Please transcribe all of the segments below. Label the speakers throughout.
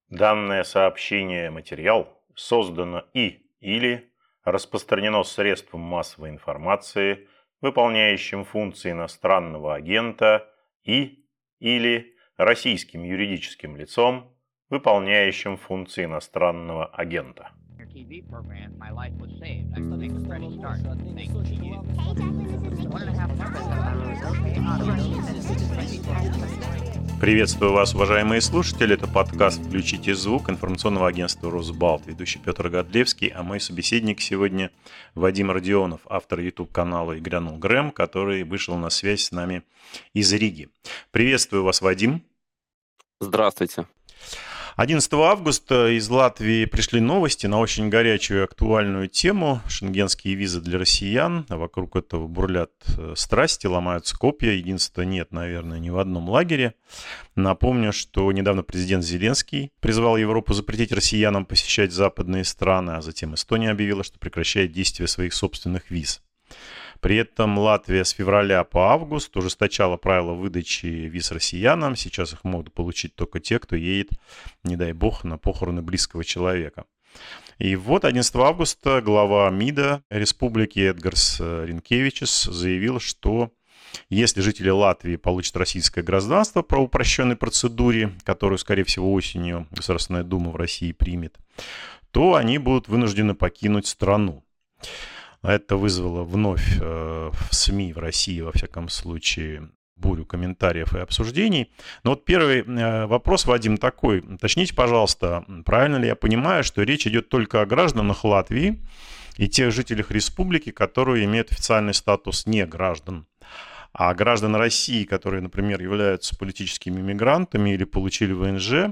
Speaker 1: Данное сообщение материал создано или распространено средством массовой информации, выполняющим функции иностранного агента или российским юридическим лицом, выполняющим функции иностранного агента.
Speaker 2: Your TV program, my life was saved. I'm click ready start. Thank you. 1.5
Speaker 1: Приветствую вас, уважаемые слушатели. Это подкаст «Включите звук» информационного агентства «Росбалт». Ведущий Петр Годлевский, а мой собеседник сегодня Вадим Родионов, автор YouTube-канала «И грянул Грэм», который вышел на связь с нами из Риги. Приветствую вас, Вадим.
Speaker 3: Здравствуйте.
Speaker 1: 11 августа из Латвии пришли новости на очень горячую и актуальную тему. Шенгенские визы для россиян. Вокруг этого бурлят страсти, ломаются копья. Единства нет, наверное, ни в одном лагере. Напомню, что недавно президент Зеленский призвал Европу запретить россиянам посещать западные страны, а затем Эстония объявила, что прекращает действие своих собственных виз. При этом Латвия с февраля по август ужесточала правила выдачи виз россиянам. Сейчас их могут получить только те, кто едет, не дай бог, на похороны близкого человека. И вот 11 августа глава МИДа республики Эдгарс Ринкевичус заявил, что если жители Латвии получат российское гражданство по упрощенной процедуре, которую, скорее всего, осенью Государственная Дума в России примет, то они будут вынуждены покинуть страну. Это вызвало вновь в СМИ в России, во всяком случае, бурю комментариев и обсуждений. Но вот первый вопрос, Вадим, такой. Уточните, пожалуйста, правильно ли я понимаю, что речь идет только о гражданах Латвии и тех жителях республики, которые имеют официальный статус не граждан, а граждан России, которые, например, являются политическими мигрантами или получили ВНЖ,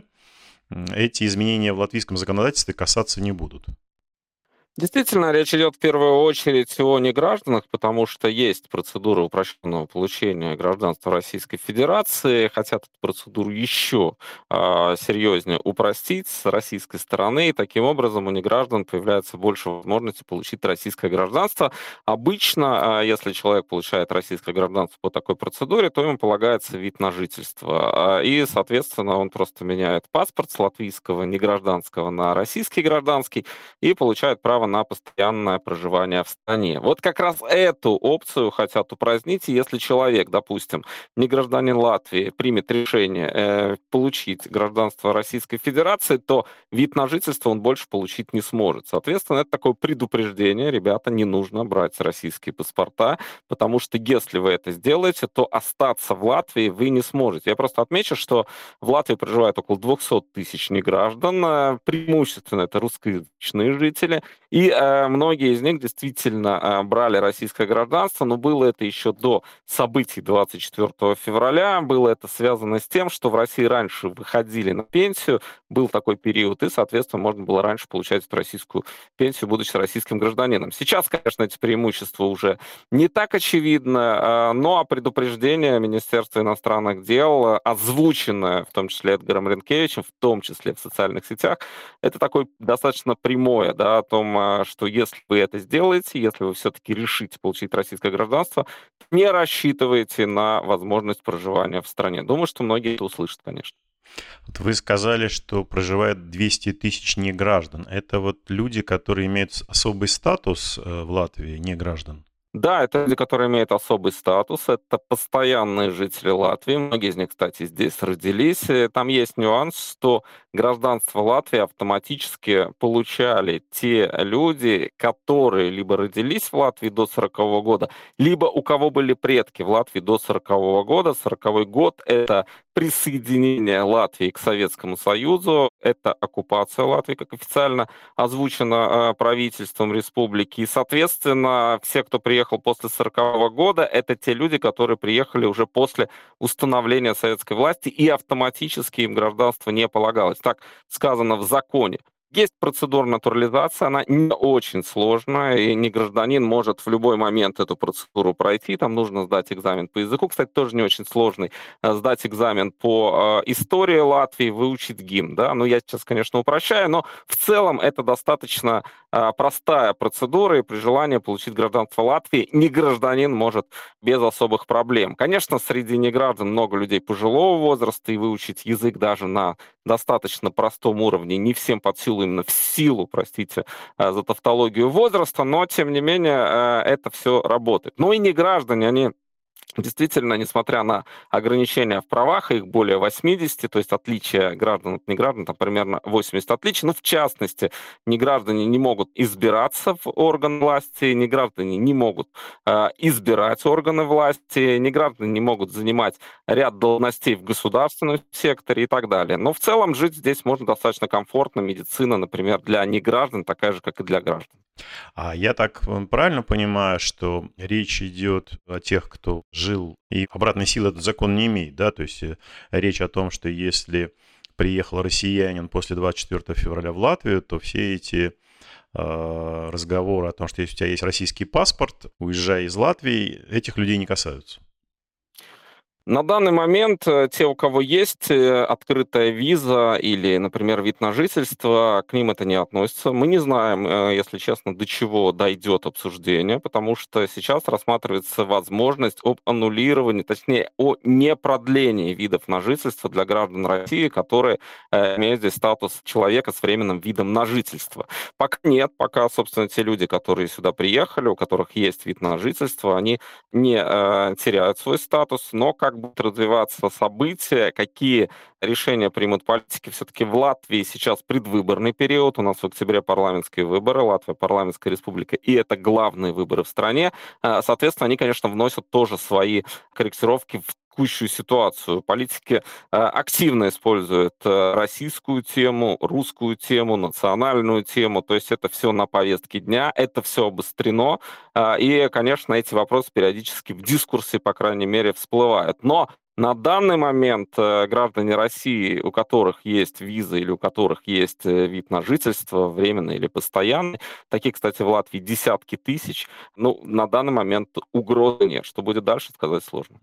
Speaker 1: эти изменения в латвийском законодательстве касаться не будут?
Speaker 3: Действительно, речь идет в первую очередь о негражданах, потому что есть процедура упрощенного получения гражданства Российской Федерации. Хотят эту процедуру еще серьезнее упростить с российской стороны, и таким образом у неграждан появляется больше возможности получить российское гражданство. Обычно, если человек получает российское гражданство по такой процедуре, то ему полагается вид на жительство. И, соответственно, он просто меняет паспорт с латвийского негражданского на российский гражданский и получает право на постоянное проживание в стране. Вот как раз эту опцию хотят упразднить, и если человек, допустим, не гражданин Латвии, примет решение получить гражданство Российской Федерации, то вид на жительство он больше получить не сможет. Соответственно, это такое предупреждение: ребята, не нужно брать российские паспорта, потому что если вы это сделаете, то остаться в Латвии вы не сможете. Я просто отмечу, что в Латвии проживает около 200 тысяч неграждан, преимущественно это русскоязычные жители, и многие из них действительно брали российское гражданство, но было это еще до событий 24 февраля. Было это связано с тем, что в России раньше выходили на пенсию, был такой период, и, соответственно, можно было раньше получать эту российскую пенсию, будучи российским гражданином. Сейчас, конечно, эти преимущества уже не так очевидно, но предупреждение Министерства иностранных дел, озвученное в том числе Эдгаром Ринкевичем, в том числе в социальных сетях, это такое достаточно прямое, да, о том, что если вы это сделаете, если вы все-таки решите получить российское гражданство, не рассчитывайте на возможность проживания в стране. Думаю, что многие это услышат, конечно.
Speaker 1: Вот вы сказали, что проживает 200 тысяч неграждан. Это вот люди, которые имеют особый статус в Латвии, не граждан?
Speaker 3: Да, это люди, которые имеют особый статус, это постоянные жители Латвии, многие из них, кстати, здесь родились. Там есть нюанс, что гражданство Латвии автоматически получали те люди, которые либо родились в Латвии до 40-го года, либо у кого были предки в Латвии до 40-го года. 40-й год — это присоединение Латвии к Советскому Союзу, это оккупация Латвии, как официально озвучено правительством республики. И, соответственно, все, кто приехал после 40-го года, это те люди, которые приехали уже после установления советской власти, и автоматически им гражданство не полагалось. Так сказано в законе. Есть процедура натурализации, она не очень сложная, и не гражданин может в любой момент эту процедуру пройти. Там нужно сдать экзамен по языку, кстати, тоже не очень сложный, сдать экзамен по истории Латвии, выучить гимн. Да? Ну, я сейчас, конечно, упрощаю, но в целом это достаточно простая процедура, и при желании получить гражданство Латвии не гражданин может без особых проблем. Конечно, среди неграждан много людей пожилого возраста, и выучить язык даже на достаточно простом уровне не всем под силу, именно в силу, простите, за тавтологию возраста, но, тем не менее, это все работает. Ну и неграждане, они действительно, несмотря на ограничения в правах, их более 80, то есть отличие граждан от неграждан, там примерно 80 отличий, но в частности, неграждане не могут избираться в орган власти, неграждане не могут избирать органы власти, неграждане не могут занимать ряд должностей в государственном секторе и так далее. Но в целом жить здесь можно достаточно комфортно. Медицина, например, для неграждан такая же, как и для граждан.
Speaker 1: А я так правильно понимаю, что речь идет о тех, кто жил, и обратной силы этот закон не имеет, да? То есть речь о том, что если приехал россиянин после 24 февраля в Латвию, то все эти разговоры о том, что если у тебя есть российский паспорт, уезжай из Латвии, этих людей не касаются.
Speaker 3: На данный момент те, у кого есть открытая виза или, например, вид на жительство, к ним это не относится. Мы не знаем, если честно, до чего дойдет обсуждение, потому что сейчас рассматривается возможность об аннулировании, точнее, о непродлении видов на жительство для граждан России, которые имеют здесь статус человека с временным видом на жительство. Пока нет, пока, собственно, те люди, которые сюда приехали, у которых есть вид на жительство, они не теряют свой статус, но как будут развиваться события, какие решения примут политики. Все-таки в Латвии сейчас предвыборный период, у нас в октябре парламентские выборы, Латвия парламентская республика, и это главные выборы в стране. Соответственно, они, конечно, вносят тоже свои корректировки в текущую ситуацию. Политики активно используют российскую тему, русскую тему, национальную тему, то есть это все на повестке дня, это все обострено, и, конечно, эти вопросы периодически в дискурсе, по крайней мере, всплывают. Но на данный момент граждане России, у которых есть виза или у которых есть вид на жительство, временный или постоянный, таких, кстати, в Латвии десятки тысяч, ну, на данный момент угрозы нет. Что будет дальше, сказать сложно.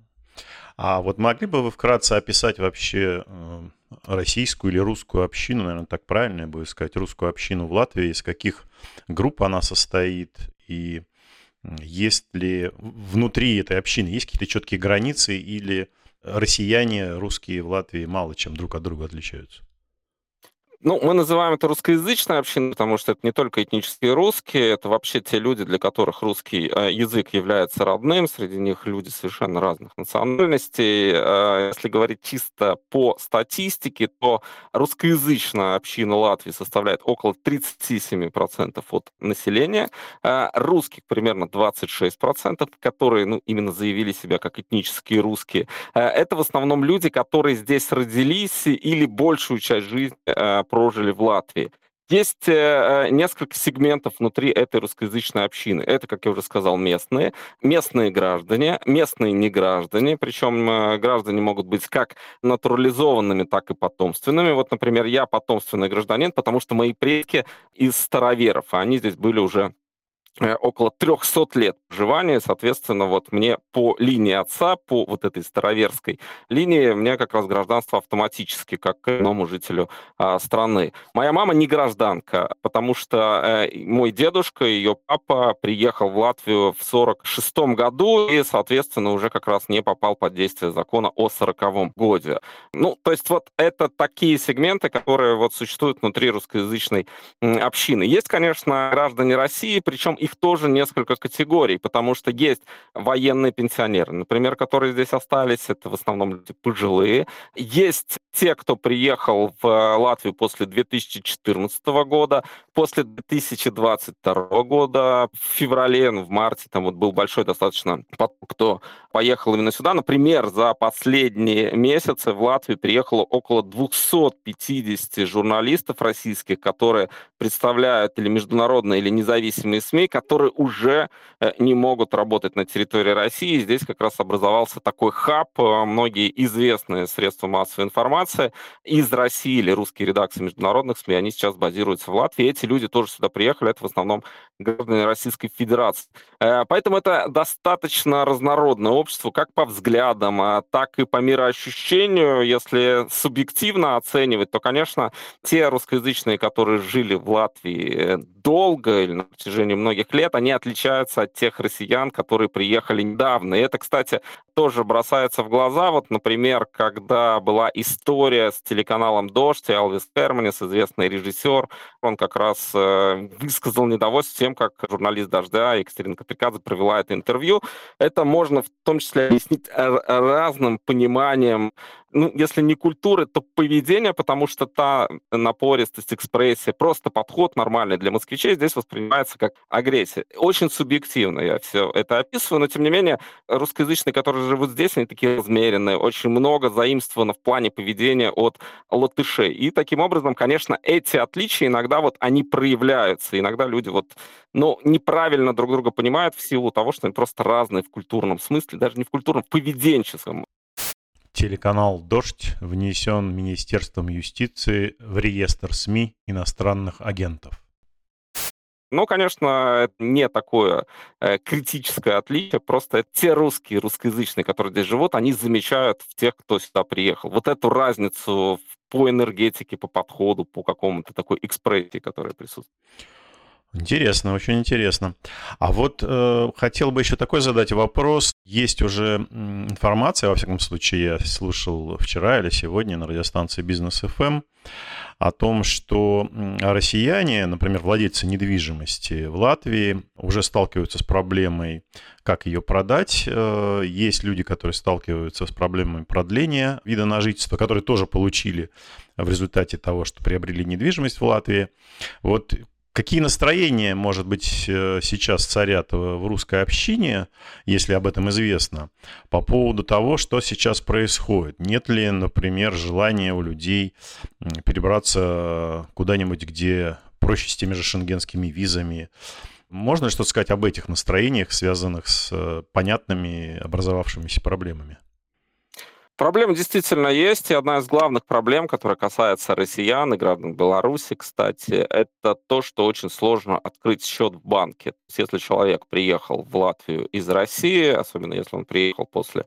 Speaker 1: А вот могли бы вы вкратце описать вообще российскую или русскую общину, наверное, так правильно будет сказать, русскую общину в Латвии, из каких групп она состоит, и есть ли внутри этой общины, есть какие-то четкие границы, или россияне, русские в Латвии мало чем друг от друга отличаются?
Speaker 3: Ну, мы называем это русскоязычной общиной, потому что это не только этнические русские, это вообще те люди, для которых русский язык является родным, среди них люди совершенно разных национальностей. Если говорить чисто по статистике, то русскоязычная община Латвии составляет около 37% от населения, русских примерно 26%, которые, ну, именно заявили себя как этнические русские. Это в основном люди, которые здесь родились или большую часть жизни прожили в Латвии. Есть несколько сегментов внутри этой русскоязычной общины. Это, как я уже сказал, местные граждане, местные неграждане, причем граждане могут быть как натурализованными, так и потомственными. Вот, например, я потомственный гражданин, потому что мои предки из староверов, а они здесь были уже около 300 лет проживания, соответственно, вот мне по линии отца, по вот этой староверской линии, мне как раз гражданство автоматически, как коренному жителю страны. Моя мама не гражданка, потому что мой дедушка, ее папа, приехал в Латвию в 46 году и, соответственно, уже как раз не попал под действие закона о 40-м годе. Ну, то есть вот это такие сегменты, которые вот существуют внутри русскоязычной общины. Есть, конечно, граждане России, причем их тоже несколько категорий, потому что есть военные пенсионеры, например, которые здесь остались, это в основном люди пожилые. Есть те, кто приехал в Латвию после 2014 года, после 2022 года, в феврале, в марте, там вот был большой достаточно поток, кто поехал именно сюда. Например, за последние месяцы в Латвию приехало около 250 журналистов российских, которые представляют или международные, или независимые СМИ, которые уже не могут работать на территории России. Здесь как раз образовался такой хаб. Многие известные средства массовой информации информации из России или русские редакции международных СМИ, они сейчас базируются в Латвии. Эти люди тоже сюда приехали, это в основном граждане Российской Федерации. Поэтому это достаточно разнородное общество, как по взглядам, так и по мироощущению. Если субъективно оценивать, то, конечно, те русскоязычные, которые жили в Латвии долго или на протяжении многих лет, они отличаются от тех россиян, которые приехали недавно. И это, кстати, тоже бросается в глаза. Вот, например, когда была история с телеканалом «Дождь», Элвис Херманис, известный режиссер, он как раз высказал недовольство тем, как журналист «Дождя» Екатерина Каприказе провела это интервью. Это можно в том числе объяснить разным пониманием, ну, если не культуры, то поведения, потому что та напористость, экспрессия, просто подход нормальный для москвичей здесь воспринимается как агрессия. Очень субъективно я все это описываю, но тем не менее русскоязычные, которые живут здесь, они такие размеренные, очень много заимствовано в плане поведения от латышей. И таким образом, конечно, эти отличия иногда вот они проявляются. Иногда люди вот, ну, неправильно друг друга понимают в силу того, что они просто разные в культурном смысле, даже не в культурном, в поведенческом.
Speaker 1: Телеканал «Дождь» внесен Министерством юстиции в реестр СМИ иностранных агентов.
Speaker 3: Ну, конечно, это не такое критическое отличие, просто те русские, русскоязычные, которые здесь живут, они замечают в тех, кто сюда приехал. Вот эту разницу по энергетике, по подходу, по какому-то такой экспрессии, которая присутствует.
Speaker 1: Интересно, очень интересно. А вот хотел бы еще такой задать вопрос. Есть уже информация, во всяком случае, я слушал вчера или сегодня на радиостанции «Бизнес ФМ» о том, что россияне, например, владельцы недвижимости в Латвии, уже сталкиваются с проблемой, как ее продать. Есть люди, которые сталкиваются с проблемой продления вида на жительство, которые тоже получили в результате того, что приобрели недвижимость в Латвии. Вот какие настроения, может быть, сейчас царят в русской общине, если об этом известно, по поводу того, что сейчас происходит? Нет ли, например, желания у людей перебраться куда-нибудь, где проще с теми же шенгенскими визами? Можно ли что-то сказать об этих настроениях, связанных с понятными образовавшимися проблемами?
Speaker 3: Проблема действительно есть, и одна из главных проблем, которая касается россиян и граждан Беларуси, кстати, это то, что очень сложно открыть счет в банке. То есть, если человек приехал в Латвию из России, особенно если он приехал после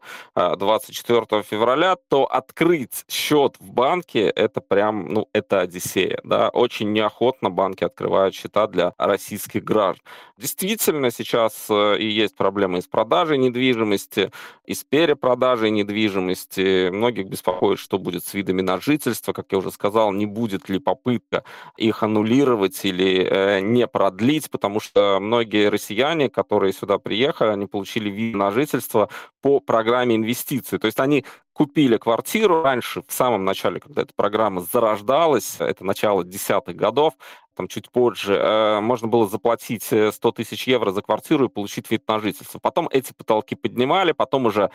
Speaker 3: 24 февраля, то открыть счет в банке это прям, ну, это одиссея. Да? Очень неохотно банки открывают счета для российских граждан. Действительно, сейчас и есть проблемы и с продажей недвижимости, и с перепродажей недвижимости. Многих беспокоит, что будет с видами на жительство. Как я уже сказал, не будет ли попытка их аннулировать или не продлить, потому что многие россияне, которые сюда приехали, они получили вид на жительство по программе инвестиций. То есть они купили квартиру раньше, в самом начале, когда эта программа зарождалась, это начало десятых годов, там чуть позже, можно было заплатить 100 тысяч евро за квартиру и получить вид на жительство. Потом эти потолки поднимали, потом уже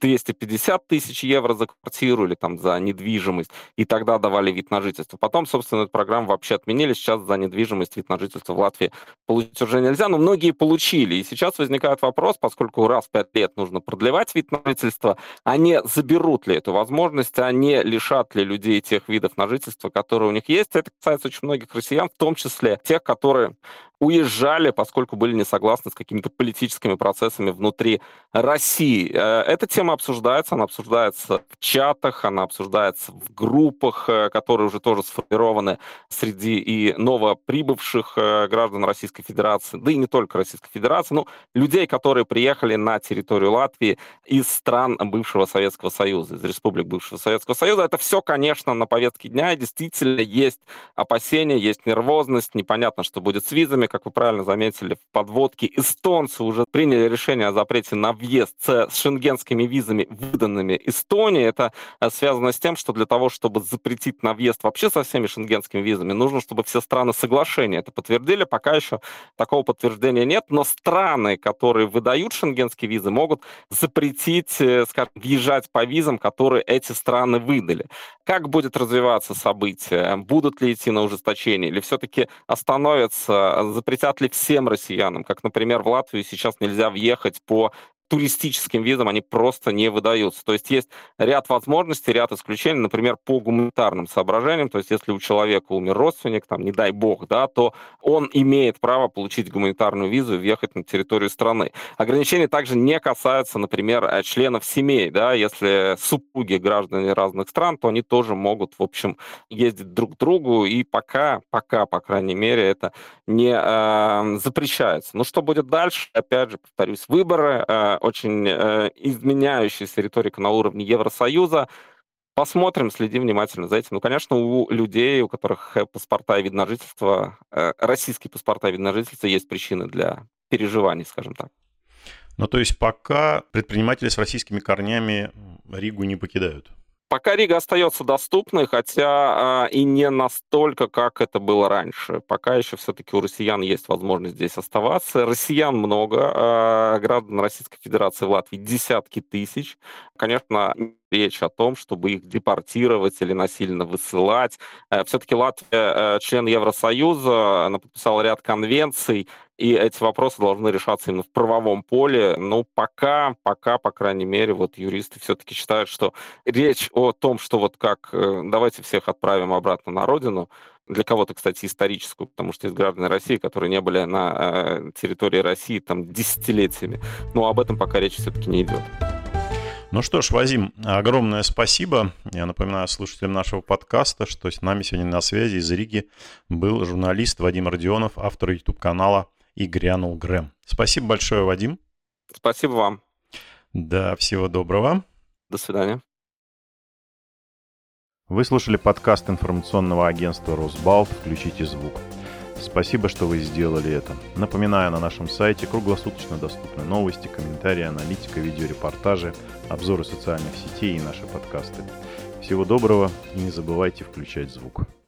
Speaker 3: 250 тысяч евро за квартиру или там за недвижимость, и тогда давали вид на жительство. Потом, собственно, эту программу вообще отменили, сейчас за недвижимость вид на жительство в Латвии получить уже нельзя, но многие получили. И сейчас возникает вопрос, поскольку раз в 5 лет нужно продлевать вид на жительство, а не заберут ли эту возможность, а не лишат ли людей тех видов на жительство, которые у них есть. Это касается очень многих россиян, в том числе тех, которые уезжали, поскольку были не согласны с какими-то политическими процессами внутри России. Эта тема обсуждается, она обсуждается в чатах, она обсуждается в группах, которые уже тоже сформированы среди и новоприбывших граждан Российской Федерации, да и не только Российской Федерации, но людей, которые приехали на территорию Латвии из стран бывшего Советского Союза, из республик бывшего Советского Союза. Это все, конечно, на повестке дня, и действительно есть опасения, есть нервозность, непонятно, что будет с визами. Как вы правильно заметили, в подводке эстонцы уже приняли решение о запрете на въезд с шенгенскими визами, выданными Эстонии. Это связано с тем, что для того, чтобы запретить на въезд вообще со всеми шенгенскими визами, нужно, чтобы все страны соглашения это подтвердили. Пока еще такого подтверждения нет, но страны, которые выдают шенгенские визы, могут запретить, скажем, въезжать по визам, которые эти страны выдали. Как будет развиваться событие? Будут ли идти на ужесточение? Или все-таки остановятся? Запретят ли всем россиянам? Как, например, в Латвию сейчас нельзя въехать по туристическим визам они просто не выдаются. То есть есть ряд возможностей, ряд исключений, например, по гуманитарным соображениям. То есть если у человека умер родственник, там, не дай бог, да, то он имеет право получить гуманитарную визу и въехать на территорию страны. Ограничения также не касаются, например, членов семей. Да, если супруги граждане разных стран, то они тоже могут, в общем, ездить друг к другу, и пока, по крайней мере, это не запрещается. Но что будет дальше? Опять же, повторюсь, выборы, очень изменяющаяся риторика на уровне Евросоюза. Посмотрим, следим внимательно за этим. Ну, конечно, у людей, у которых паспорта и вид на жительство, российские паспорта и вид на жительство, есть причины для переживаний, скажем так.
Speaker 1: Ну, то есть пока предприниматели с российскими корнями Ригу не покидают?
Speaker 3: Пока Рига остается доступной, хотя и не настолько, как это было раньше. Пока еще все-таки у россиян есть возможность здесь оставаться. Россиян много, граждан Российской Федерации в Латвии десятки тысяч. Конечно, речь о том, чтобы их депортировать или насильно высылать. Все-таки Латвия член Евросоюза, она подписала ряд конвенций, и эти вопросы должны решаться именно в правовом поле. Ну, пока, по крайней мере, вот юристы все-таки считают, что речь о том, что вот как давайте всех отправим обратно на родину, для кого-то, кстати, историческую, потому что есть граждане России, которые не были на территории России там десятилетиями. Но об этом пока речь все-таки не идет.
Speaker 1: Ну что ж, Вадим, огромное спасибо. Я напоминаю слушателям нашего подкаста, что с нами сегодня на связи из Риги был журналист Вадим Родионов, автор YouTube-канала «И грянул Грэм». Спасибо большое, Вадим.
Speaker 3: Спасибо вам.
Speaker 1: Да, всего доброго.
Speaker 3: До свидания.
Speaker 1: Вы слушали подкаст информационного агентства «Росбалт». Включите звук. Спасибо, что вы сделали это. Напоминаю, на нашем сайте круглосуточно доступны новости, комментарии, аналитика, видеорепортажи, обзоры социальных сетей и наши подкасты. Всего доброго и не забывайте включать звук.